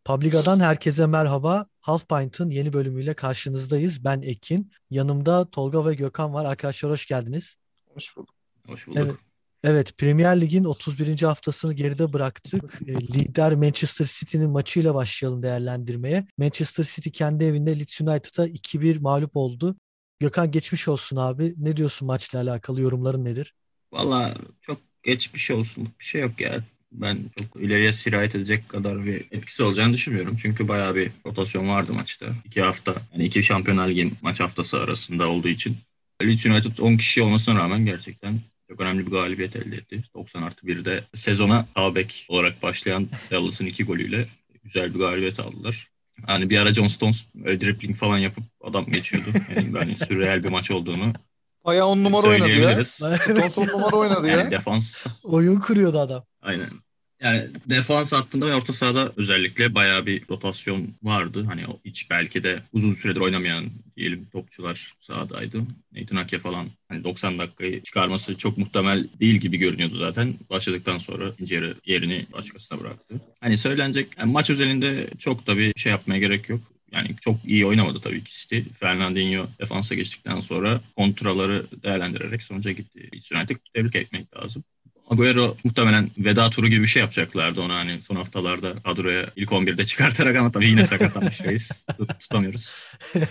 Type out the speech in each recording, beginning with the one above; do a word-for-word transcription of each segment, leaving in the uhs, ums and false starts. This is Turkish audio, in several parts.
Publica'dan herkese merhaba. Half Pint'ın yeni bölümüyle karşınızdayız. Ben Ekin. Yanımda Tolga ve Gökhan var. Arkadaşlar hoş geldiniz. Hoş bulduk. Hoş Evet, bulduk. evet Premier Lig'in otuz birinci haftasını geride bıraktık. E, lider Manchester City'nin maçıyla başlayalım değerlendirmeye. Manchester City kendi evinde Leeds United'a iki bir mağlup oldu. Gökhan geçmiş olsun abi. Ne diyorsun maçla alakalı yorumların nedir? Valla çok geçmiş olsun bir şey yok ya. Ben çok ileriye sirayet edecek kadar bir etkisi olacağını düşünmüyorum. Çünkü bayağı bir rotasyon vardı maçta. İki hafta, yani iki Şampiyonlar Ligi maç haftası arasında olduğu için. Leeds United on kişi olmasına rağmen gerçekten çok önemli bir galibiyet elde etti. doksan artı birde sezona sağ bek olarak başlayan Dallas'ın iki golüyle güzel bir galibiyet aldılar. Hani bir ara John Stones öyle dribbling falan yapıp adam geçiyordu. Yani, yani sürreal bir maç olduğunu Bayağı on numara oynadı ya. söyleyebiliriz. Evet Stones on ya. numara oynadı Yani ya. defans Oyun kuruyordu adam. aynen. Yani defans hattında ve orta sahada özellikle bayağı bir rotasyon vardı. Hani o hiç belki de uzun süredir oynamayan diyelim topçular sahadaydı. Nathan Ake falan hani doksan dakikayı çıkarması çok muhtemel değil gibi görünüyordu zaten. Başladıktan sonra ikinci yarı yerini başkasına bıraktı. Hani söylenecek yani maç özelinde çok da bir şey yapmaya gerek yok. Yani çok iyi oynamadı tabii ki City. Fernandinho defansa geçtikten sonra kontraları değerlendirerek sonuca gitti. Leeds United tebrik etmek lazım. Agüero muhtemelen veda turu gibi bir şey yapacaklardı ona hani son haftalarda kadroya ilk on birde çıkartarak ama tabii yine sakatlanmış reis. Tut, tutamıyoruz.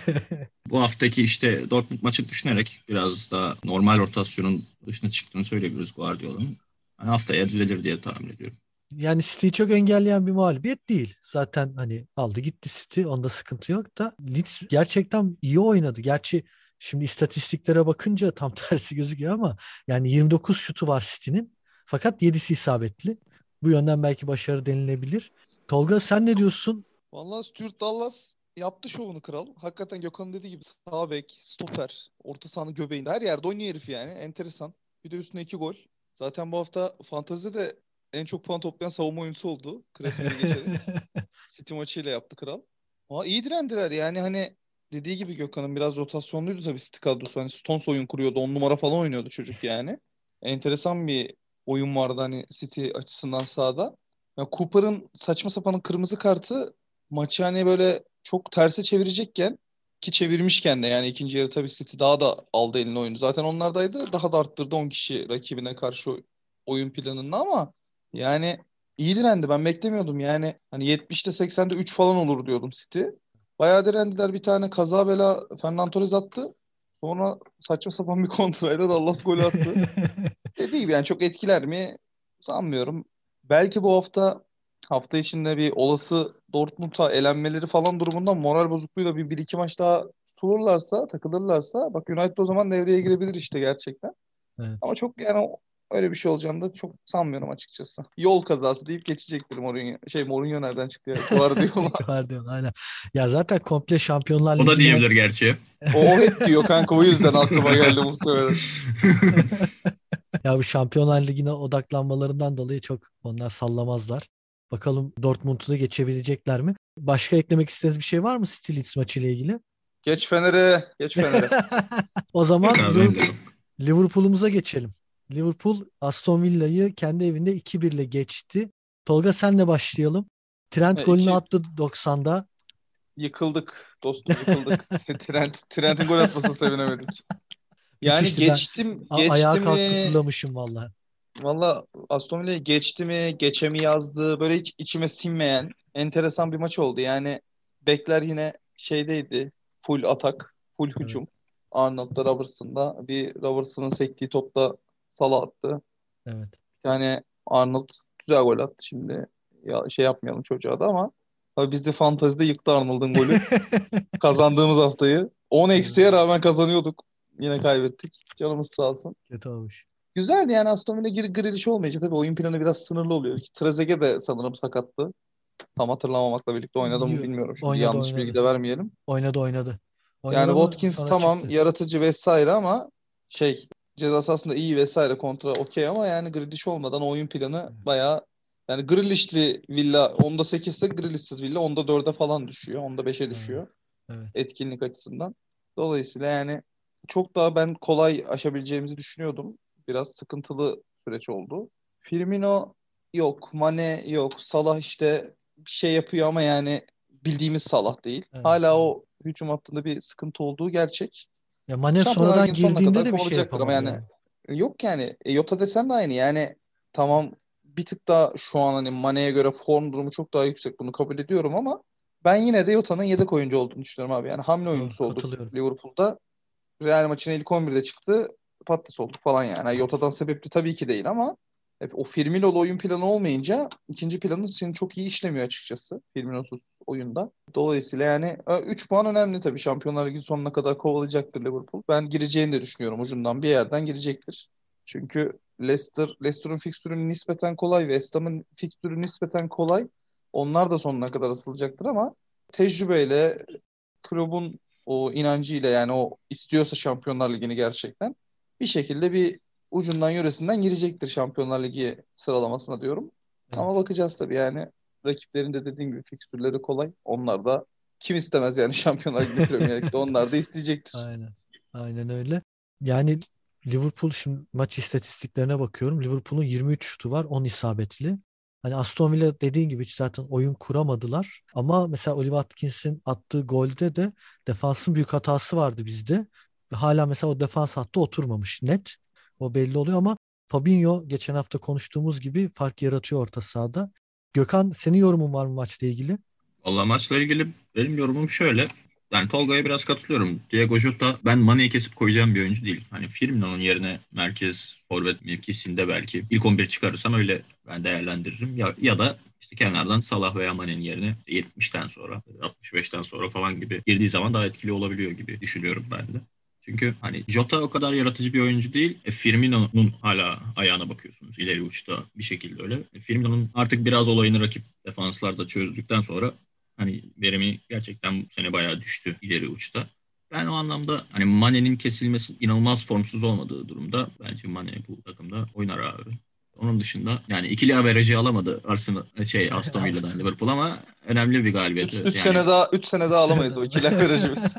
Bu haftaki işte Dortmund maçı düşünerek biraz daha normal rotasyonun dışına çıktığını söyleyebiliriz Guardiola'nın. Yani haftaya düzelir diye tahmin ediyorum. Yani City'yi çok engelleyen bir mağlubiyet değil. Zaten hani aldı gitti City. Onda sıkıntı yok da Leeds gerçekten iyi oynadı. Gerçi şimdi istatistiklere bakınca tam tersi gözüküyor ama yani yirmi dokuz şutu var City'nin. Fakat yedisi isabetli. Bu yönden belki başarı denilebilir. Tolga sen ne diyorsun? Vallahi Stuart Dallas yaptı şovunu kral. Hakikaten Gökhan'ın dediği gibi sağ bek, stoper, orta sahanın göbeğinde her yerde oynuyor herif yani. Enteresan. Bir de üstüne iki gol. Zaten bu hafta Fantazi'de de en çok puan toplayan savunma oyuncusu oldu. Crespo'yu geçerek. City maçıyla yaptı kral. Ama iyi direndiler yani hani dediği gibi Gökhan'ın biraz rotasyonluydu tabii City kadrosu. Hani Stones oyun kuruyordu. On numara falan oynuyordu çocuk yani. Enteresan bir oyun vardı hani City açısından sahada. Ya Cooper'ın saçma sapan kırmızı kartı maçı hani böyle çok terse çevirecekken ki çevirmişken de yani ikinci yarı tabii City daha da aldı eline oyunu. Zaten onlardaydı. Daha da arttırdı on kişi rakibine karşı oyun planını ama yani iyi direndi. Ben beklemiyordum yani. Hani yetmişte seksende üç falan olur diyordum City. Bayağı direndiler. Bir tane kaza bela Ferran Torres attı. Sonra saçma sapan bir kontrayla Dallas golü attı. Dediğim gibi yani çok etkiler mi? Sanmıyorum. Belki bu hafta hafta içinde bir olası Dortmund'a elenmeleri falan durumundan moral bozukluğuyla bir, bir iki maç daha tutulurlarsa, takılırlarsa bak United o zaman devreye girebilir işte gerçekten. Ama Evet. çok yani o- öyle bir şey olacağını da çok sanmıyorum açıkçası. Yol kazası deyip geçecektir Mourinho. Şey Mourinho nereden çıktı ya? Guardiola. Guardiola aynen. Ya zaten komple Şampiyonlar O da Ligi'ne diyebilir gerçi. O, o hep diyor kanka o yüzden aklıma geldi muhtemelen. ya bu Şampiyonlar Ligi'ne odaklanmalarından dolayı çok onlar sallamazlar. Bakalım Dortmund'u da geçebilecekler mi? Başka eklemek istediğiniz bir şey var mı City Leeds maçı ile ilgili? Geç Fener'e, geç Fener'e. O zaman Yok abi benim de Liverpool, yok. Liverpool'umuza geçelim. Liverpool Aston Villa'yı kendi evinde iki bir ile geçti. Tolga senle başlayalım. Trent Ya golünü iki attı doksanında. yıkıldık dostum yıkıldık. Trent, Trent'in gol atmasına sevinemedik. Yani Müthişti ben. geçtim, A- geçti ayağa kalktı mi? fırlamışım vallahi. Valla Aston Villa geçti mi, geçe mi yazdı? Böyle hiç içime sinmeyen enteresan bir maç oldu. Yani bekler yine şeydeydi. Full atak, full Evet, hücum. Arnold'da Robertson'da bir Robertson'ın sektiği topta Salah attı. evet. Bir tane Arnold güzel gol attı şimdi. Ya şey yapmayalım çocuğa da ama tabii bizi fantazide yıktı Arnold'un golü. Kazandığımız haftayı. on eksiye Evet, rağmen kazanıyorduk. Yine kaybettik. Canımız sağ olsun. kötü olmuş. Güzeldi yani Aston Villa gir Grealish olmayınca tabii oyun planı biraz sınırlı oluyor. Trezeguet de sanırım sakattı. Tam hatırlamamakla birlikte oynadı mı Yo- bilmiyorum. Şimdi Oynadı yanlış bilgi oynadı. de vermeyelim. Oynadı oynadı. Yani Oynadı ama Watkins sonra tamam çıktı. yaratıcı vesaire ama şey ceza sahasında iyi vesaire kontra okey ama yani Grealish olmadan oyun planı bayağı yani Grealish'li Villa onda sekiz ise Grealish'siz Villa onda dörde falan düşüyor. Onda beşe Evet, düşüyor evet. etkinlik açısından. Dolayısıyla yani çok daha ben kolay aşabileceğimizi düşünüyordum. Biraz sıkıntılı süreç oldu. Firmino yok, Mane yok, Salah işte bir şey yapıyor ama yani bildiğimiz Salah değil. Evet, Hala evet. o hücum hattında bir sıkıntı olduğu gerçek. Ya Mane Şampiyonlar sonradan Ligi'nin sonuna girdiğinde kadar de bir şey kovalacaktır ama yapamadı yani yani. e, yok yani. E, Jota desen de aynı. Yani tamam, bir tık daha şu an hani Mane'ye göre form durumu çok daha yüksek. Bunu kabul ediyorum ama ben yine de Jota'nın yedek oyuncu olduğunu düşünüyorum abi. Yani hamle Doğru, oyuncusu olduk katılıyorum. Liverpool'da. Real maçına ilk on birde çıktı. Patates olduk falan yani. Yani Jota'dan sebepli tabii ki değil ama hep o Firmino'lu oyun planı olmayınca ikinci planın seni çok iyi işlemiyor açıkçası. Firmino'suz oyunda. Dolayısıyla yani üç puan önemli tabii. Şampiyonlar Ligi sonuna kadar kovalayacaktır Liverpool. Ben gireceğini de düşünüyorum. Ucundan bir yerden girecektir. Çünkü Leicester, Leicester'ın fikstürü nispeten kolay. West Ham'ın fikstürü nispeten kolay. Onlar da sonuna kadar asılacaktır ama tecrübeyle, kulübün o inancıyla, yani o istiyorsa Şampiyonlar Ligi'ni gerçekten bir şekilde bir ucundan yöresinden girecektir Şampiyonlar Ligi sıralamasına diyorum. Ama Evet. bakacağız tabii yani. Rakiplerin de dediğim gibi fikstürleri kolay. Onlar da kim istemez yani Şampiyonlar Ligi'ni, Premier Lig'de onlar da isteyecektir. Aynen. Aynen öyle. Yani Liverpool, şimdi maç istatistiklerine bakıyorum. Liverpool'un yirmi üç şutu var, on isabetli. Hani Aston Villa dediğin gibi hiç zaten oyun kuramadılar. Ama mesela Oliver Watkins'in attığı golde de defansın büyük hatası vardı bizde. Ve hala mesela o defans hattı oturmamış net. O belli oluyor ama Fabinho geçen hafta konuştuğumuz gibi fark yaratıyor orta sahada. Gökhan, senin yorumun var mı maçla ilgili? Vallahi maçla ilgili benim yorumum şöyle. Yani Tolga'ya biraz katılıyorum. Diego Jota ben Mane'yi kesip koyacağım bir oyuncu değil. Hani Firmino'nun yerine merkez forvet mevkisinde belki ilk on bir çıkarırsam öyle ben değerlendiririm. Ya, ya da işte kenardan Salah veya Mane'nin yerine yetmişten sonra, altmış beşten sonra falan gibi girdiği zaman daha etkili olabiliyor gibi düşünüyorum ben de. Çünkü hani Jota o kadar yaratıcı bir oyuncu değil. E, Firmino'nun hala ayağına bakıyorsunuz. İleri uçta bir şekilde öyle. E, Firmino'nun artık biraz olayını rakip defanslarda çözdükten sonra hani verimi gerçekten bu sene bayağı düştü ileri uçta. Ben o anlamda hani Mane'nin kesilmesi inanılmaz formsuz olmadığı durumda bence Mane bu takımda oynar abi. Onun dışında yani ikili averajı alamadı Arsenal şey Aston Villa'dan Aston. Liverpool ama önemli bir galibiyet. Üç Evet, üç yani sene daha üç sene Üç daha sene alamayız o daha. ikili averajımız.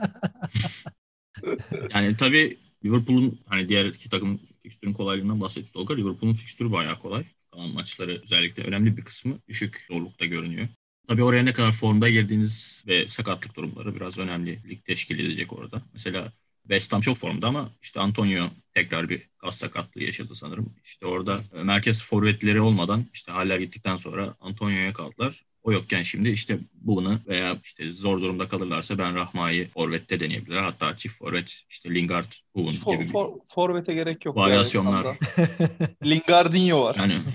yani tabii Liverpool'un hani diğer iki takımın fikstürün kolaylığından bahsettik Tolga. Liverpool'un fikstürü bayağı kolay. Kalan maçları özellikle önemli bir kısmı düşük zorlukta görünüyor. Tabii oraya ne kadar formda girdiğiniz ve sakatlık durumları biraz önemli. Lig teşkil edecek orada. Mesela West Ham çok formda ama işte Antonio tekrar bir kas sakatlığı yaşadı sanırım. İşte orada e, merkez forvetleri olmadan işte Haller gittikten sonra Antonio'ya kaldılar. O yokken şimdi işte bunu veya işte zor durumda kalırlarsa Ben Rahma'yı forvette deneyebilirler. Hatta çift forvet işte Lingard, Hiç Bowen for, gibi bir for, forvete gerek yok ya West varyasyonlar. Ham'da. Lingardinho var. Yani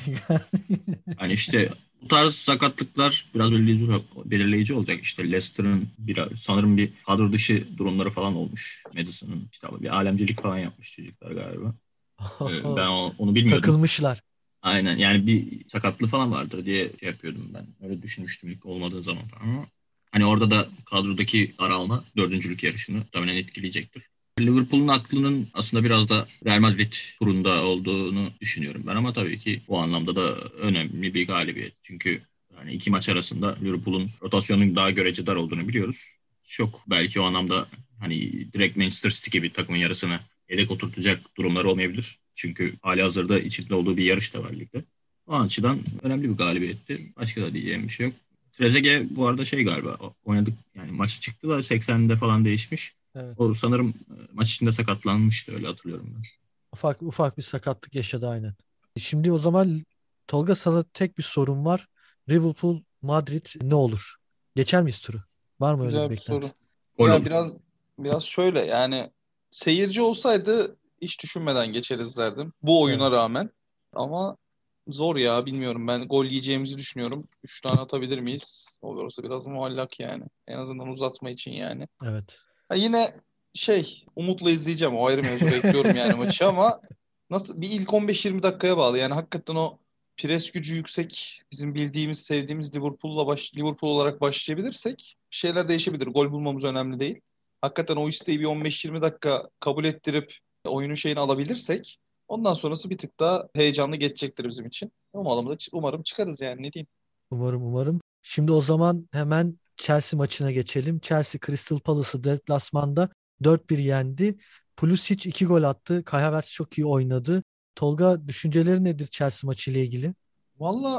hani işte bu tarz sakatlıklar biraz belirleyici, belirleyici olacak. İşte Leicester'ın bir, sanırım bir kadro dışı durumları falan olmuş. Madison'ın işte bir alemcilik falan yapmış çocuklar galiba. Ee, Ben o- onu bilmiyordum. Takılmışlar. Aynen yani bir sakatlığı falan vardır diye şey yapıyordum ben. Öyle düşünmüştüm ilk olmadığı zaman falan ama hani orada da kadrodaki daralma dördüncülük yarışını muhtemelen etkileyecektir. Liverpool'un aklının aslında biraz da Real Madrid turunda olduğunu düşünüyorum ben ama tabii ki bu anlamda da önemli bir galibiyet. Çünkü yani iki maç arasında Liverpool'un rotasyonun daha görece dar olduğunu biliyoruz. Çok belki o anlamda hani direkt Manchester City gibi takımın yarısını yedek oturtacak durumları olmayabilir. Çünkü hali hazırda içinde olduğu bir yarış da var ligde. O açıdan önemli bir galibiyetti. Başka da diyeceğim bir şey yok. Trezeguet bu arada şey galiba oynadık yani maça çıktı da seksende falan değişmiş. Evet. O sanırım e, maç içinde sakatlanmıştı öyle hatırlıyorum ben. Ufak ufak bir sakatlık yaşadı aynen. Şimdi o zaman Tolga, sana tek bir sorum var. Liverpool Madrid ne olur? Geçer miyiz turu? Var mı öyle bir Güzel bir beklenti? soru. Gol Ya olur. biraz biraz şöyle yani, seyirci olsaydı hiç düşünmeden geçeriz derdim. Bu Evet. oyuna rağmen. Ama zor ya, bilmiyorum. Ben gol yiyeceğimizi düşünüyorum. Üç tane atabilir miyiz? Olursa biraz muallak yani. En azından uzatma için yani. Evet. Ha yine şey, umutla izleyeceğim. O ayrı mevzu, bekliyorum yani maçı ama nasıl bir ilk on beş yirmi dakikaya bağlı. Yani hakikaten o pres gücü yüksek, bizim bildiğimiz, sevdiğimiz Liverpool'la baş, Liverpool olarak başlayabilirsek bir şeyler değişebilir. Gol bulmamız önemli değil. Hakikaten o isteği bir on beş yirmi dakika kabul ettirip oyunun şeyini alabilirsek ondan sonrası bir tık daha heyecanlı geçecektir bizim için. Umarım da umarım çıkarız yani, ne diyeyim. Umarım, umarım. Şimdi o zaman hemen Chelsea maçına geçelim. Chelsea Crystal Palace'ı deplasmanda dört bir yendi. Pulisic iki gol attı. Kai Havertz çok iyi oynadı. Tolga, düşünceleri nedir Chelsea maçı ile ilgili? Valla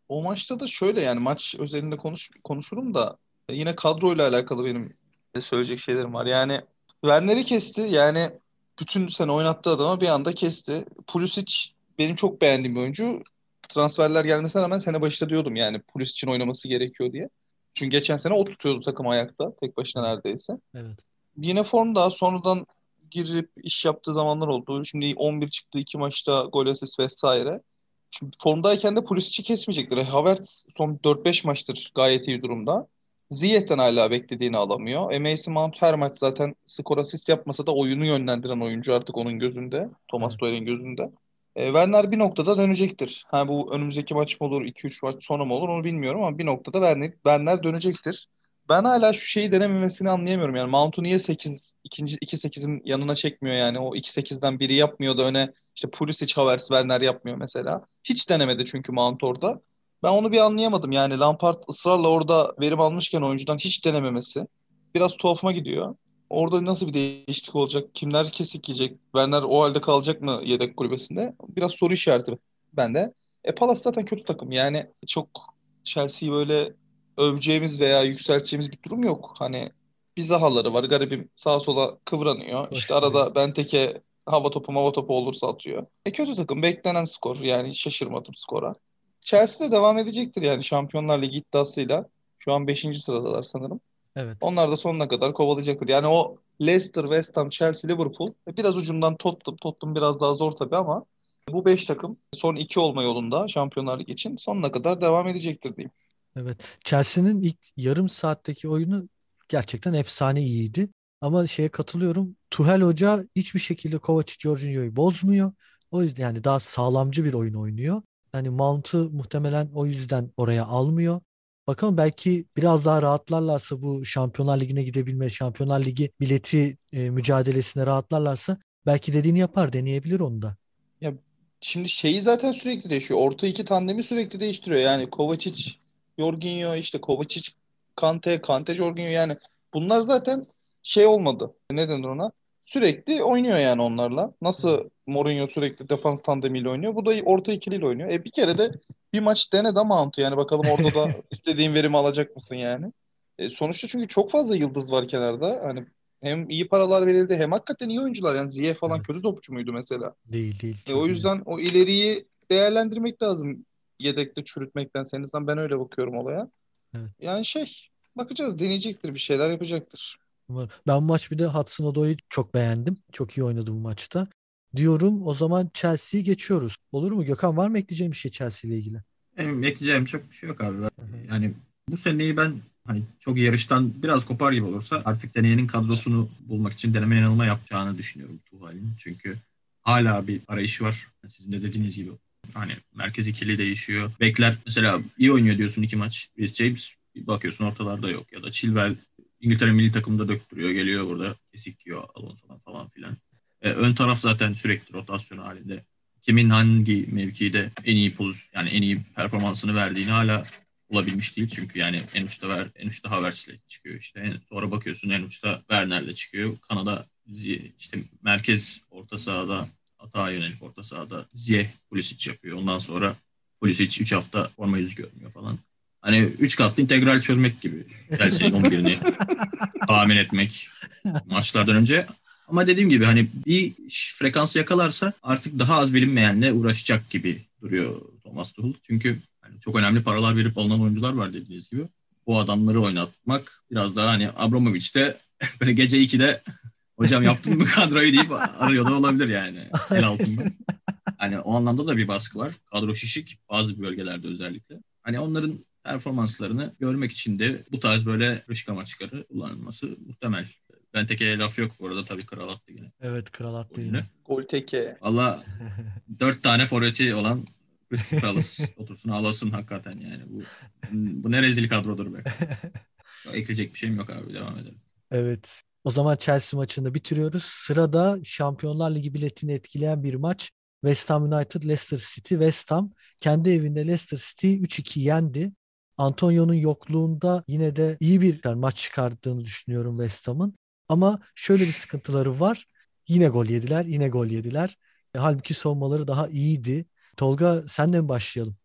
O maçta da şöyle, yani maç özelinde konuş, konuşurum da yine kadroyla alakalı benim de söyleyecek şeylerim var. Yani Werner'i kesti. Yani bütün sene oynattığı adamı bir anda kesti. Pulisic benim çok beğendiğim bir oyuncu. Transferler gelmesine rağmen sene başında diyordum yani Pulisic'in oynaması gerekiyor diye. Çünkü geçen sene o tutuyordu takım ayakta tek başına Evet. neredeyse. Evet. Yine formda sonradan girip iş yaptığı zamanlar oldu. Şimdi on bir çıktı, iki maçta gol asist vesaire. Şimdi formdayken de Pulisic'i kesmeyecekler. Havertz son dört beş maçtır gayet iyi durumda. Ziyech'ten hala beklediğini alamıyor. E, Mason Mount her maç zaten skor asist yapmasa da oyunu yönlendiren oyuncu artık onun gözünde. Thomas Evet. Tuchel'in gözünde. E, Werner bir noktada dönecektir. Ha, bu önümüzdeki maç mı olur, iki üç maç sonra mı olur onu bilmiyorum ama bir noktada Werner, Werner dönecektir. Ben hala şu şeyi denememesini anlayamıyorum. Yani Mount'u niye sekiz ikinci iki sekizin yanına çekmiyor yani. O iki sekizden biri yapmıyor da öne işte Pulisic, Havertz, Werner yapmıyor mesela. Hiç denemedi çünkü Mount orada. Ben onu bir anlayamadım. Yani Lampard ısrarla orada verim almışken oyuncudan hiç denememesi biraz tuhafıma gidiyor. Orada nasıl bir değişiklik olacak? Kimler kesik yiyecek? Werner o halde kalacak mı yedek kulübesinde? Biraz soru işareti bende. E Palace zaten kötü takım. Yani çok Chelsea'yi böyle öveceğimiz veya yükselteceğimiz bir durum yok. Hani bir Zahaları var. Garibim sağa sola kıvranıyor. İşte Koşturuyor. arada Benteke hava topu hava topu olursa atıyor. E kötü takım. Beklenen skor. Yani hiç şaşırmadım skora. Chelsea de devam edecektir yani Şampiyonlar Ligi iddiasıyla. Şu an beşinci sıradalar sanırım. Evet. Onlar da sonuna kadar kovalayacaktır. Yani o Leicester, West Ham, Chelsea, Liverpool e, biraz ucundan Tottenham. Tottenham biraz daha zor tabii ama bu beş takım son iki olma yolunda Şampiyonlar Ligi için sonuna kadar devam edecektir diyeyim. Evet. Chelsea'nin ilk yarım saatteki oyunu gerçekten efsane iyiydi. Ama şeye katılıyorum. Tuchel Hoca hiçbir şekilde Kovacic Jorginho'yu bozmuyor. O yüzden yani daha sağlamcı bir oyun oynuyor. Yani Mount'u muhtemelen o yüzden oraya almıyor. Bakalım belki biraz daha rahatlarlarsa bu Şampiyonlar Ligi'ne gidebilme, Şampiyonlar Ligi bileti e, mücadelesine rahatlarlarsa belki dediğini yapar, deneyebilir onu da. Ya şimdi şeyi zaten sürekli değişiyor. Orta iki tandemi sürekli değiştiriyor. Yani Kovacic, Jorginho, işte Kovacic, Kante, Kante, Jorginho, yani bunlar zaten şey olmadı. Ne denir ona? Sürekli oynuyor yani onlarla. Evet. Nasıl Mourinho sürekli defans tandemiyle oynuyor. Bu da orta ikiliyle oynuyor. E bir kere de bir maç dene de Mount'u, yani bakalım orada da istediğin verimi alacak mısın yani. E sonuçta çünkü çok fazla yıldız var kenarda. Hani hem iyi paralar verildi hem hakikaten iyi oyuncular. Yani Ziyech falan kötü Evet. topçu muydu mesela? Değil değil, E, o çok iyi. yüzden o ileriyi değerlendirmek lazım yedekte çürütmekten. En azından ben öyle bakıyorum olaya. Evet. Yani şey, bakacağız, deneyecektir, bir şeyler yapacaktır. Umarım. Ben bu maç bir de Hudson-Odoi'yi çok beğendim. Çok iyi oynadı bu maçta. Diyorum o zaman Chelsea'yi geçiyoruz. Olur mu? Gökhan, var mı ekleyeceğim bir şey Chelsea ile ilgili? Benim ekleyeceğim çok bir şey yok abi. Ben- Hı hı. Yani bu seneyi ben hani çok yarıştan biraz kopar gibi olursa artık deneyenin kadrosunu bulmak için deneme yanılma yapacağını düşünüyorum Tuhal'in. Çünkü hala bir arayışı var. Sizin de dediğiniz gibi. Hani merkez ikili değişiyor. Bekler mesela iyi oynuyor diyorsun iki maç. Reece James bir bakıyorsun ortalarda yok. Ya da Chilwell İngiltere milli takımında döktürüyor. Geliyor burada kesik yiyor Alonso'dan falan filan. E, ön taraf zaten sürekli rotasyon halinde. Kimin hangi mevkide en iyi pozisyon yani en iyi performansını verdiğini hala bulabilmiş değil. Çünkü yani en uçta ver, en uçta Havertz'le çıkıyor işte. En, sonra bakıyorsun en uçta Werner'le çıkıyor. Kanada işte merkez orta sahada atağa yönelik orta sahada Ziyech Pulisic yapıyor. Ondan sonra Pulisic üç hafta forma yüzü görmüyor falan. Hani üç katlı integral çözmek gibi Chelsea'nin on birini tahmin etmek maçlardan önce. Ama dediğim gibi hani bir frekansı yakalarsa artık daha az bilinmeyenle uğraşacak gibi duruyor Thomas Tuchel. Çünkü hani çok önemli paralar verip alınan oyuncular var dediğiniz gibi. Bu adamları oynatmak biraz daha hani Abramovich de böyle gece ikide hocam yaptın mı kadroyu deyip arıyor da olabilir yani el altında. Hani o anlamda da bir baskı var. Kadro şişik bazı bölgelerde özellikle. Hani onların performanslarını görmek için de bu tarz böyle rışka maçları kullanılması muhtemel. Benteke'ye laf yok bu arada tabii kral attı yine Evet, kral attı golünü. yine. Gol teke. Valla dört tane forveti olan Crystal Palace otursun ağlasın hakikaten yani. Bu, bu ne rezil kadrodur be. Ekleyecek bir şeyim yok abi devam edelim. Evet. O zaman Chelsea maçını bitiriyoruz. Sırada Şampiyonlar Ligi biletini etkileyen bir maç. West Ham United Leicester City. West Ham kendi evinde Leicester City üç iki yendi. Antonio'nun yokluğunda yine de iyi bir yani maç çıkardığını düşünüyorum West Ham'ın. Ama şöyle bir sıkıntıları var. Yine gol yediler, yine gol yediler. E, halbuki savunmaları daha iyiydi. Tolga, senle mi başlayalım?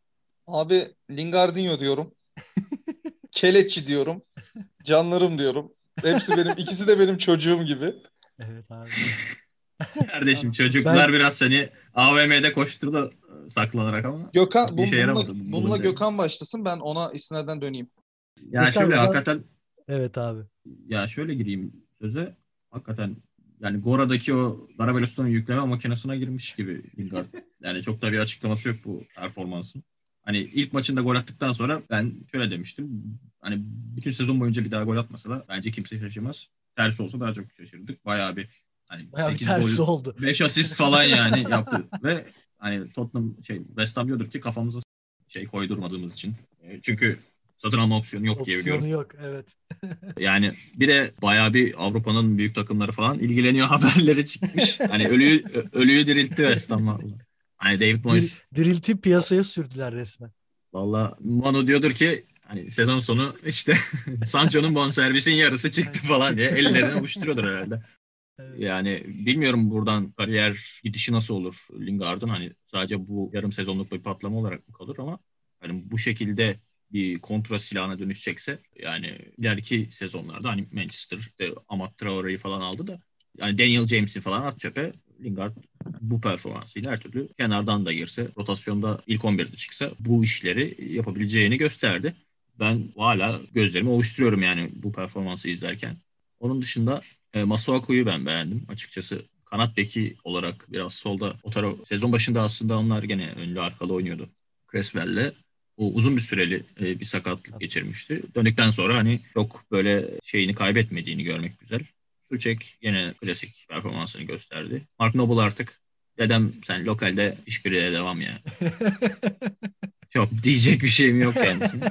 Abi Lingardinho diyorum. Keleçi diyorum. Canlarım diyorum. Hepsi benim, ikisi de benim çocuğum gibi. Evet abi. Kardeşim Ben çocuklar biraz seni A V M'de koşturdu saklanarak ama Gökhan çok bir işe bu, bununla, yaramadı bununla bulunca. Gökhan başlasın, ben ona istinaden döneyim. Ya Gökhan şöyle o zaman hakikaten evet abi. ya şöyle gireyim söze. Hakikaten yani Gora'daki o Darabellos'un yükleme makinesine girmiş gibi Lingard. Yani çok da bir açıklaması yok bu performansın. Hani ilk maçında gol attıktan sonra ben şöyle demiştim. Hani bütün sezon boyunca bir daha gol atmasa da bence kimse şaşırmaz. Tersi olsa daha çok şaşırdık. Bayağı bir hani Bayağı bir sekiz gol, tersi oldu. beş asist falan yani yaptı. Ve hani Tottenham şey West Ham diyordur ki kafamıza şey koydurmadığımız için. E, Çünkü satın alma opsiyonu yok diye biliyorum. Opsiyonu yok evet. Yani bir de bayağı bir Avrupa'nın büyük takımları falan ilgileniyor haberleri çıkmış. Hani ölüyü ölüyü diriltti West Ham valla. Hani David Dir, Moyes diriltip piyasaya sürdüler resmen. valla Manu diyordur ki hani sezon sonu işte Sancho'nun bonservisin yarısı çıktı Yani falan diye çıktı. ellerini ovuşturuyordur herhalde. Evet. Yani bilmiyorum buradan kariyer gidişi nasıl olur Lingard'ın, hani sadece bu yarım sezonluk bir patlama olarak mı kalır ama hani bu şekilde bir kontra silahına dönüşecekse yani ileriki sezonlarda hani Manchester işte Amat Traore'yi falan aldı da yani Daniel James'i falan at çöpe, Lingard bu performansıyla her türlü kenardan da girse, rotasyonda ilk on birde çıksa bu işleri yapabileceğini gösterdi. Ben hala gözlerimi ovuşturuyorum yani bu performansı izlerken. Onun dışında e, Masuaku'yu ben beğendim açıkçası. Kanat beki olarak biraz solda o taraf sezon başında aslında onlar gene önlü arkalı oynuyordu. Creswell'le. O uzun bir süreli e, bir sakatlık geçirmişti. Döndükten sonra hani çok böyle şeyini kaybetmediğini görmek güzel. Suçek gene klasik performansını gösterdi. Mark Noble artık dedem sen lokalde hiçbiriyle devam ya. Çok diyecek bir şeyim yok kendisine.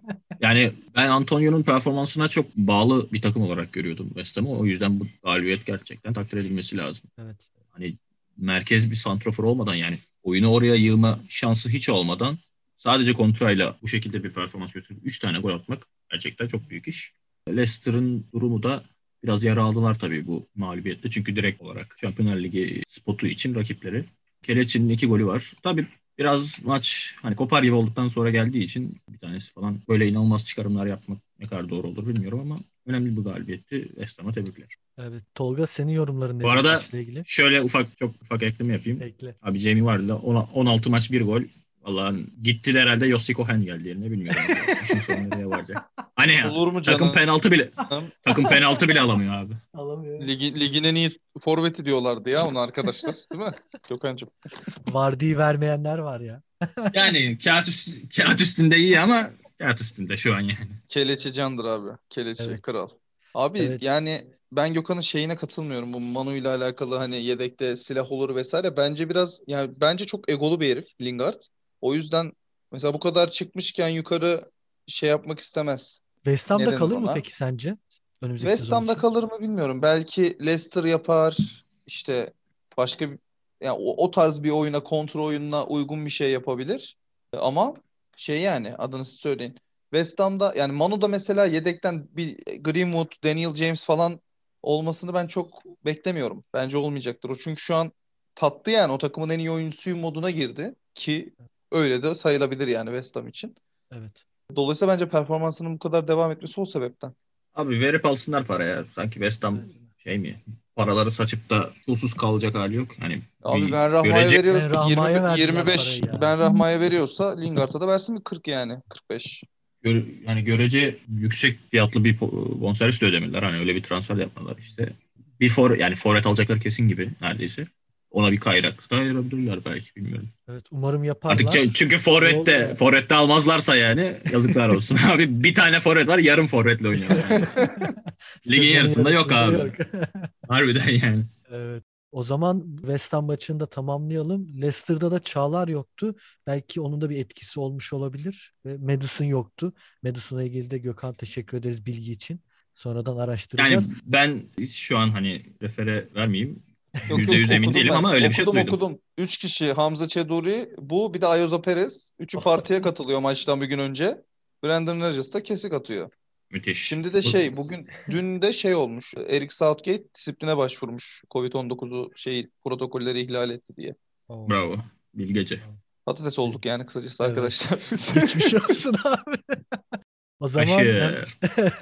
Yani ben Antonio'nun performansına çok bağlı bir takım olarak görüyordum West Ham'ı. O yüzden bu galibiyet gerçekten takdir edilmesi lazım. Evet. Hani merkez bir santrafor olmadan yani oyunu oraya yığma şansı hiç olmadan sadece kontrayla bu şekilde bir performans götürüp üç tane gol atmak gerçekten çok büyük iş. Leicester'ın durumu da biraz yara aldılar tabii bu mağlubiyette. Çünkü direkt olarak Şampiyonlar Ligi spotu için rakipleri. Keleç'in iki golü var. Tabii biraz maç hani kopar gibi olduktan sonra geldiği için bir tanesi falan böyle inanılmaz çıkarımlar yapmak ne kadar doğru olur bilmiyorum ama önemli bir galibiyetti. West Ham'a tebrikler. Evet. Tolga senin yorumların Bu nedir arada maçla ilgili? şöyle ufak çok ufak ekleme yapayım. Ekle. Abi Jamie Vardy'de on altı maç bir gol. Vallahi gitti de herhalde Yossi Cohen geldi yerine bilmiyorum. İşin sonu nereye varacak. Hani ya, Olur mu takım canım? penaltı bile takım penaltı bile alamıyor abi. Alamıyor. Ligi, ligin en iyi forveti diyorlardı ya onu arkadaşlar. Değil mi? Gökhan'cığım. Vardy'yi vermeyenler var ya. Yani kağıt, üst, kağıt üstünde iyi ama kağıt üstünde şu an yani. Keleçi candır abi. Keleçi Evet. kral. Abi Evet. yani ben Gökhan'ın şeyine katılmıyorum. Bu Manu ile alakalı hani yedekte silah olur vesaire. Bence biraz yani bence çok egolu bir herif Lingard. O yüzden mesela bu kadar çıkmışken yukarı şey yapmak istemez. West Ne Ham'da denir kalır mı ona? peki sence? Önümüzdeki West sezon Ham'da için. kalır mı bilmiyorum. Belki Leicester yapar. İşte başka bir yani o, o tarz bir oyuna, kontrol oyununa uygun bir şey yapabilir. Ama şey yani adını siz söyleyin. West Ham'da yani Manu'da mesela yedekten bir Greenwood, Daniel James falan olmasını ben çok beklemiyorum. Bence olmayacaktır o. Çünkü şu an tattı yani o takımın en iyi oyuncusuyum moduna girdi ki öyle de sayılabilir yani West Ham için. Evet. Dolayısıyla bence performansının bu kadar devam etmesi o sebepten. Abi verip alsınlar paraya. Sanki West Ham Bence de. şey mi? Paraları saçıp da çulsuz kalacak hali yok. Hani Abi bir Ben Rahma'ya görece veriyor Ben yirmi Rahma'ya verdiler yirmi beş parayı ya. Ben Rahma'ya veriyorsa Lingard'a da versin mi kırk yani kırk beş. gör- yani görece yüksek fiyatlı bir po- bonservis de ödemediler. Hani öyle bir transfer de yapmadılar işte. Bir for yani forvet alacaklar kesin gibi neredeyse. Ona bir kayrak da ayırabilirler belki bilmiyorum. Evet. Umarım Artık ç- yaparlar. çünkü İyi forvet olur de yani. forvette almazlarsa yani yazıklar olsun. Abi bir tane forvet var, yarım forvetle oynuyorlar yani. Ligin Sezonun yarısında yok yarısında abi. yok. Harbiden yani. Evet. O zaman West Ham maçını da tamamlayalım. Leicester'da da Çağlar yoktu. Belki onun da bir etkisi olmuş olabilir. Ve Maddison yoktu. Madison'la ilgili de Gökhan teşekkür ederiz bilgi için. Sonradan Yani araştıracağız. ben hiç şu an hani refere vermeyeyim. Yok Yüzde yok yüz emin okudum değilim ben. ama öyle bir şey Okudum duydum. okudum. Üç kişi Hamza Çeduri, bu bir de Ayoza Perez. Üçü partiye katılıyor maçtan bir gün önce. Brandon Rodgers da kesik atıyor. Müthiş. Şimdi de Bu- şey bugün dün de şey olmuş. Eric Southgate disipline başvurmuş. covid on dokuzu şey protokolleri ihlal etti diye. Oo. Bravo. Bilgece. Patates olduk yani kısacası Evet. arkadaşlar. Geçmiş olsun abi. O zaman hem, Aşır.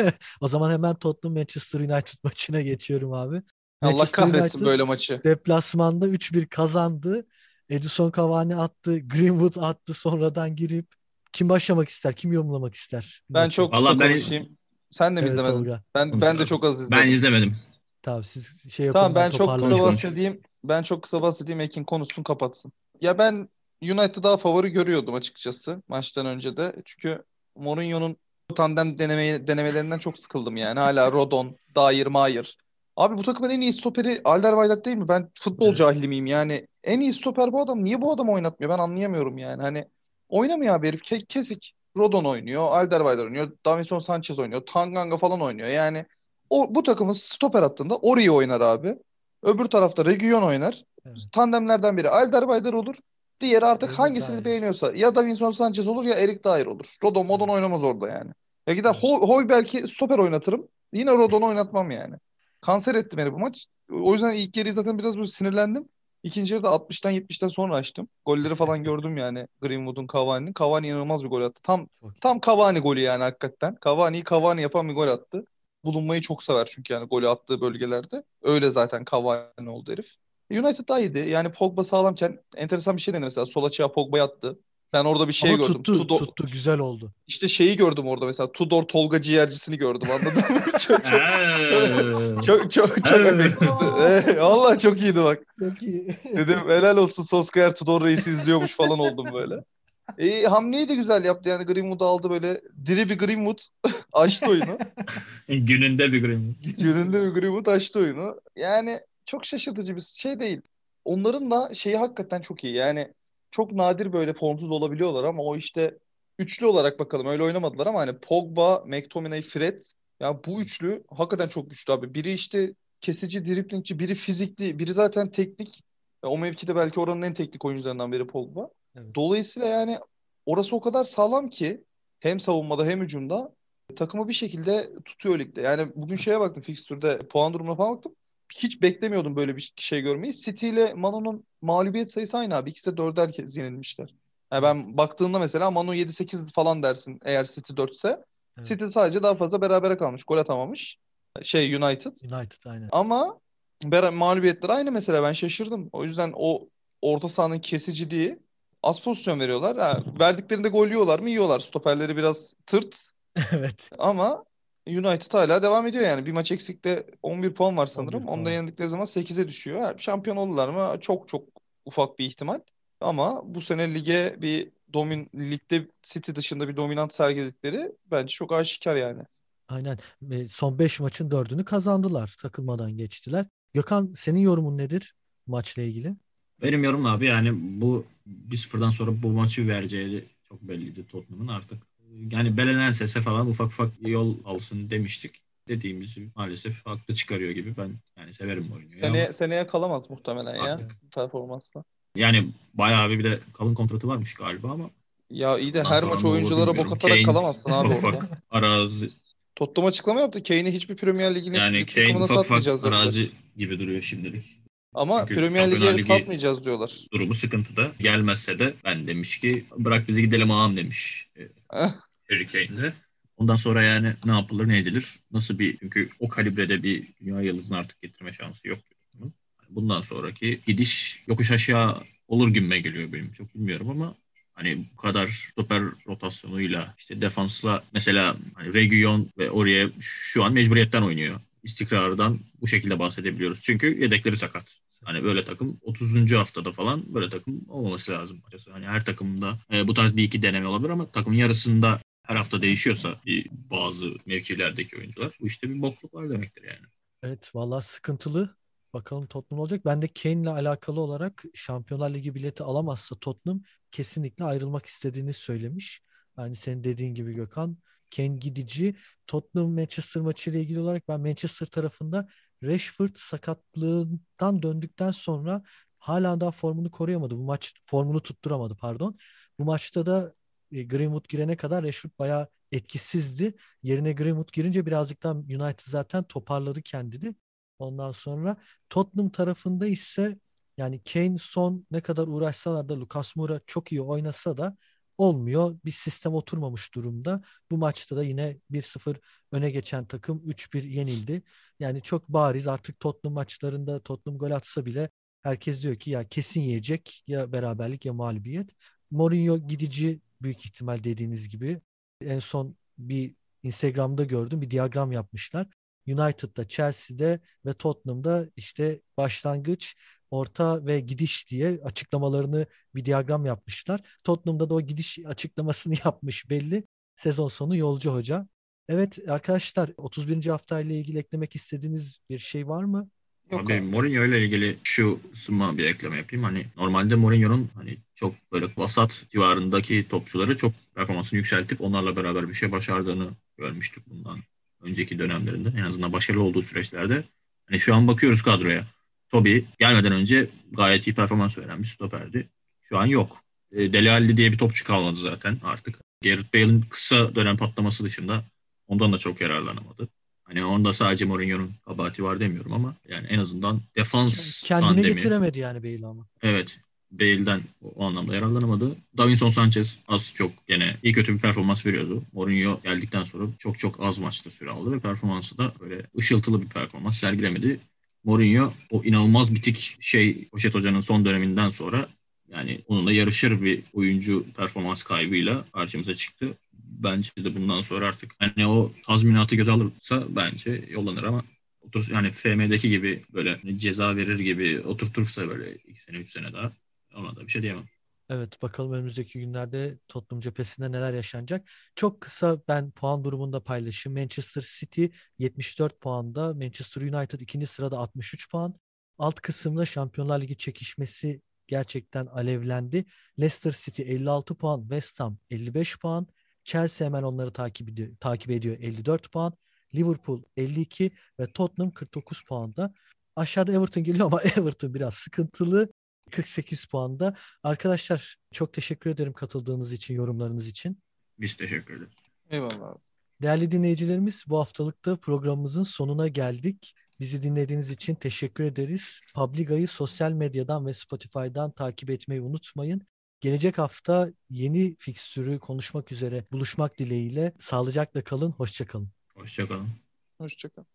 o zaman hemen Tottenham Manchester United maçına geçiyorum abi. Allah Manchester kahretsin United böyle maçı. deplasmanda üç bir kazandı. Edison Cavani attı, Greenwood attı sonradan girip. Kim başlamak ister, kim yorumlamak ister Ben maçı? çok kısa Valla ben konuşayım. Sen de mi Evet izlemedin? Tolga. Ben konuş ben de abi. çok az Ben izledim. izlemedim. Tamam siz şey yapın Tamam ben ben çok kısa Konuş toparlayacağım. konuş. bahsedeyim. Ben çok kısa bahsedeyim. Ekin konuşsun kapatsın. Ya ben United'ı daha favori görüyordum açıkçası maçtan önce de. Çünkü Mourinho'nun tandem deneme, denemelerinden çok sıkıldım yani. Hala Rodon, Dyer, Mayer. Abi bu takımın en iyi stoperi Alderweireld değil mi? Ben futbol Evet. cahili miyim yani? En iyi stoper bu adam. Niye bu adamı oynatmıyor? Ben anlayamıyorum yani. Hani oynamıyor abi herif. Ke- kesik. Rodon oynuyor. Alderweireld oynuyor. Davinson Sanchez oynuyor. Tanganga falan oynuyor. Yani o bu takımın stoper hattında Ori oynar abi. Öbür tarafta Reguilon oynar. Evet. Tandemlerden biri Alderweireld olur. Diğeri artık Diğeri hangisini Dyer. beğeniyorsa. Ya Davinson Sanchez olur ya Eric Dyer olur. Rodon Modon Evet. oynamaz orada yani. Ya gider Evet. Ho Højbjerg'i stoper oynatırım. Yine Rodon'u oynatmam yani. Kanser etti beni bu maç. O yüzden ilk yarıyı zaten biraz böyle sinirlendim. İkinci yarıda altmıştan yetmişten sonra açtım. Golleri falan gördüm yani Greenwood'un, Cavani'nin. Cavani inanılmaz bir gol attı. Tam Çok iyi. tam Cavani golü yani hakikaten. Cavani'yi Cavani yapan bir gol attı. Bulunmayı çok sever çünkü yani golü attığı bölgelerde. Öyle zaten Cavani oldu herif. United daha iyiydi. Yani Pogba sağlamken enteresan bir şey denedi mesela. Sol açığa Pogba'yı attı. Ben orada bir şey Ama gördüm. tuttu, Tudor, tuttu güzel oldu. işte şeyi gördüm orada mesela. Tudor Tolga ciğercisini gördüm anladın mı? Çok çok Eee. çok çok çok Eee. efektifti. Ee, vallahi çok iyiydi bak. Çok iyi. Dedim helal olsun Solskjaer Tudor Reis'i izliyormuş falan oldum böyle. E, hamleyi de güzel yaptı yani Greenwood'u aldı böyle. Diri bir Greenwood açtı oyunu. Gününde bir Greenwood. Gününde bir Greenwood açtı oyunu. Yani çok şaşırtıcı bir şey değil. Onların da şeyi hakikaten çok iyi. Yani çok nadir böyle formsuz olabiliyorlar ama o işte üçlü olarak bakalım. Öyle oynamadılar ama hani Pogba, McTominay, Fred ya bu üçlü hakikaten çok güçlü abi. Biri işte kesici, driblingçi, biri fizikli, biri zaten teknik. Ya o mevkide belki oranın en teknik oyuncularından biri Pogba. Evet. Dolayısıyla yani orası o kadar sağlam ki hem savunmada hem hücumda takımı bir şekilde tutuyor ligde. Yani bugün şeye baktım fikstürde puan durumuna falan baktım. Hiç beklemiyordum böyle bir şey görmeyi. City ile Manu'nun mağlubiyet sayısı aynı abi. İkisi de dörder kez yenilmişler. Yani Evet. ben baktığımda mesela Manu yedi sekiz falan dersin eğer City dört ise. Evet. City sadece daha fazla berabere kalmış. Gol atamamış. Şey United. United aynen. Ama bera- mağlubiyetler aynı mesela ben şaşırdım. O yüzden o orta sahanın kesiciliği az pozisyon veriyorlar. Ha, verdiklerinde gol yiyorlar mı? Yiyorlar. Stoperleri biraz tırt. Evet. Ama United hala devam ediyor yani. Bir maç eksikte on bir puan var on bir sanırım. Onu da puan. yendikleri zaman sekize düşüyor. Ha, şampiyon oldular mı? Çok çok ufak bir ihtimal. Ama bu sene lige bir domin ligde City dışında bir dominant sergiledikleri bence çok aşikar yani. Aynen. E, Son beş maçın dördünü kazandılar. Takılmadan geçtiler. Gökhan senin yorumun nedir maçla ilgili? Benim yorum abi yani bu bir sıfırdan sonra bu maçı vereceği de çok belliydi Tottenham'ın artık. Yani belenen sese falan ufak ufak yol alsın demiştik. Dediğimizi maalesef haklı çıkarıyor gibi. Ben yani severim bu oyunu ama Seneye, seneye kalamaz muhtemelen ya Evet. artık performansla. yani bayağı bir de kalın kontratı varmış galiba ama Ya iyi de bundan her sonra maç ne olur oyunculara bok bilmiyorum. atarak Kane kalamazsın abi ufak orada. ufak arazi Tottenham açıklama yaptı. Kane'i hiçbir Premier yani Ligi'nin Kane takımına ufak ufak satmayacağız dediler. arazi gibi duruyor şimdilik. Ama Çünkü Premier Şampiyonlar Lig'e Ligi satmayacağız diyorlar. durumu sıkıntıda. Gelmezse de ben demiş ki bırak bizi gidelim ağam demiş e, Harry Kane'de. Ondan sonra yani ne yapılır ne edilir? Nasıl bir çünkü o kalibrede bir dünya yıldızını artık getirme şansı yok. Bundan sonraki gidiş yokuş aşağı olur gibime geliyor benim. Çok bilmiyorum ama hani bu kadar stoper rotasyonuyla işte defansla mesela hani Reguilon ve oraya şu an mecburiyetten oynuyor. İstikrardan bu şekilde bahsedebiliyoruz. Çünkü yedekleri sakat. Hani böyle takım otuzuncu haftada falan böyle takım olmaması lazım açıkçası. Hani her takımda e, bu tarz bir iki deneme olabilir ama takımın yarısında her hafta değişiyorsa bir, bazı mevkilerdeki oyuncular bu işte bir bokluk var demektir yani. Evet vallahi sıkıntılı. Bakalım Tottenham olacak. Ben de Kane'le alakalı olarak Şampiyonlar Ligi bileti alamazsa Tottenham kesinlikle ayrılmak istediğini söylemiş. Yani senin dediğin gibi Gökhan. Kane gidici. Tottenham Manchester maçı ile ilgili olarak ben Manchester tarafında Rashford sakatlığından döndükten sonra hala daha formunu koruyamadı. Bu maç formunu tutturamadı pardon. Bu maçta da e, Greenwood girene kadar Rashford bayağı etkisizdi. Yerine Greenwood girince birazcık daha United zaten toparladı kendini. Ondan sonra Tottenham tarafında ise Yani Kane, Son ne kadar uğraşsalar da Lucas Moura çok iyi oynasa da olmuyor. Bir sistem oturmamış durumda. Bu maçta da yine bir sıfır öne geçen takım üç bir yenildi. Yani çok bariz, artık Tottenham maçlarında Tottenham gol atsa bile herkes diyor ki ya kesin yiyecek, ya beraberlik ya mağlubiyet. Mourinho gidici büyük ihtimal, dediğiniz gibi. En son bir Instagram'da gördüm, bir diyagram yapmışlar. United'da, Chelsea'de ve Tottenham'da işte başlangıç, orta ve gidiş diye açıklamalarını, bir diyagram yapmışlar. Tottenham'da da o gidiş açıklamasını yapmış belli. Sezon sonu yolcu hoca. Evet arkadaşlar, otuz birinci haftayla ilgili eklemek istediğiniz bir şey var mı? Yok Abi abi. Mourinho ile ilgili şu kısma bir ekleme yapayım. Hani normalde Mourinho'nun hani çok böyle vasat civarındaki topçuları çok performansını yükseltip onlarla beraber bir şey başardığını görmüştük bundan önceki dönemlerinde. En azından başarılı olduğu süreçlerde. Hani şu an bakıyoruz kadroya. Toby gelmeden önce gayet iyi performans veren bir stoperdi. Şu an yok. E, Dele Alli diye bir topçu kalmadı zaten artık. Gareth Bale'ın kısa dönem patlaması dışında ondan da çok yararlanamadı. Hani onda sadece Mourinho'nun kabahati var demiyorum ama yani en azından defans Kendine tandemi, getiremedi yani Bale ama. evet, Bale'den o, o anlamda yararlanamadı. Davinson Sanchez az çok gene iyi kötü bir performans veriyordu. Mourinho geldikten sonra çok çok az maçta süre aldı ve performansı da böyle ışıltılı bir performans sergilemedi. Mourinho o inanılmaz bitik şey Poşet Hoca'nın son döneminden sonra yani onunla yarışır bir oyuncu performans kaybıyla karşımıza çıktı. Bence de bundan sonra artık hani o tazminatı göze alırsa bence yollanır ama otur yani F M'deki gibi böyle ceza verir gibi oturtursa böyle iki sene üç sene daha ona da bir şey diyemem. Evet, bakalım önümüzdeki günlerde Tottenham cephesinde neler yaşanacak. Çok kısa ben puan durumunda paylaşayım. Manchester City yetmiş dört puanda, Manchester United ikinci sırada altmış üç puan. Alt kısımda Şampiyonlar Ligi çekişmesi gerçekten alevlendi. Leicester City elli altı puan, West Ham elli beş puan, Chelsea hemen onları takip ediyor, takip ediyor elli dört puan, Liverpool elli iki ve Tottenham kırk dokuz puanda. Aşağıda Everton geliyor ama Everton biraz sıkıntılı. kırk sekiz puanda. Arkadaşlar çok teşekkür ederim katıldığınız için, yorumlarınız için. Biz teşekkür ederiz. Eyvallah abi. Değerli dinleyicilerimiz, bu haftalıkta programımızın sonuna geldik. Bizi dinlediğiniz için teşekkür ederiz. Publiga'yı sosyal medyadan ve Spotify'dan takip etmeyi unutmayın. Gelecek hafta yeni fikstürü konuşmak üzere buluşmak dileğiyle. Sağlıcakla kalın, hoşça kalın. Hoşça kalın. Hoşça kal.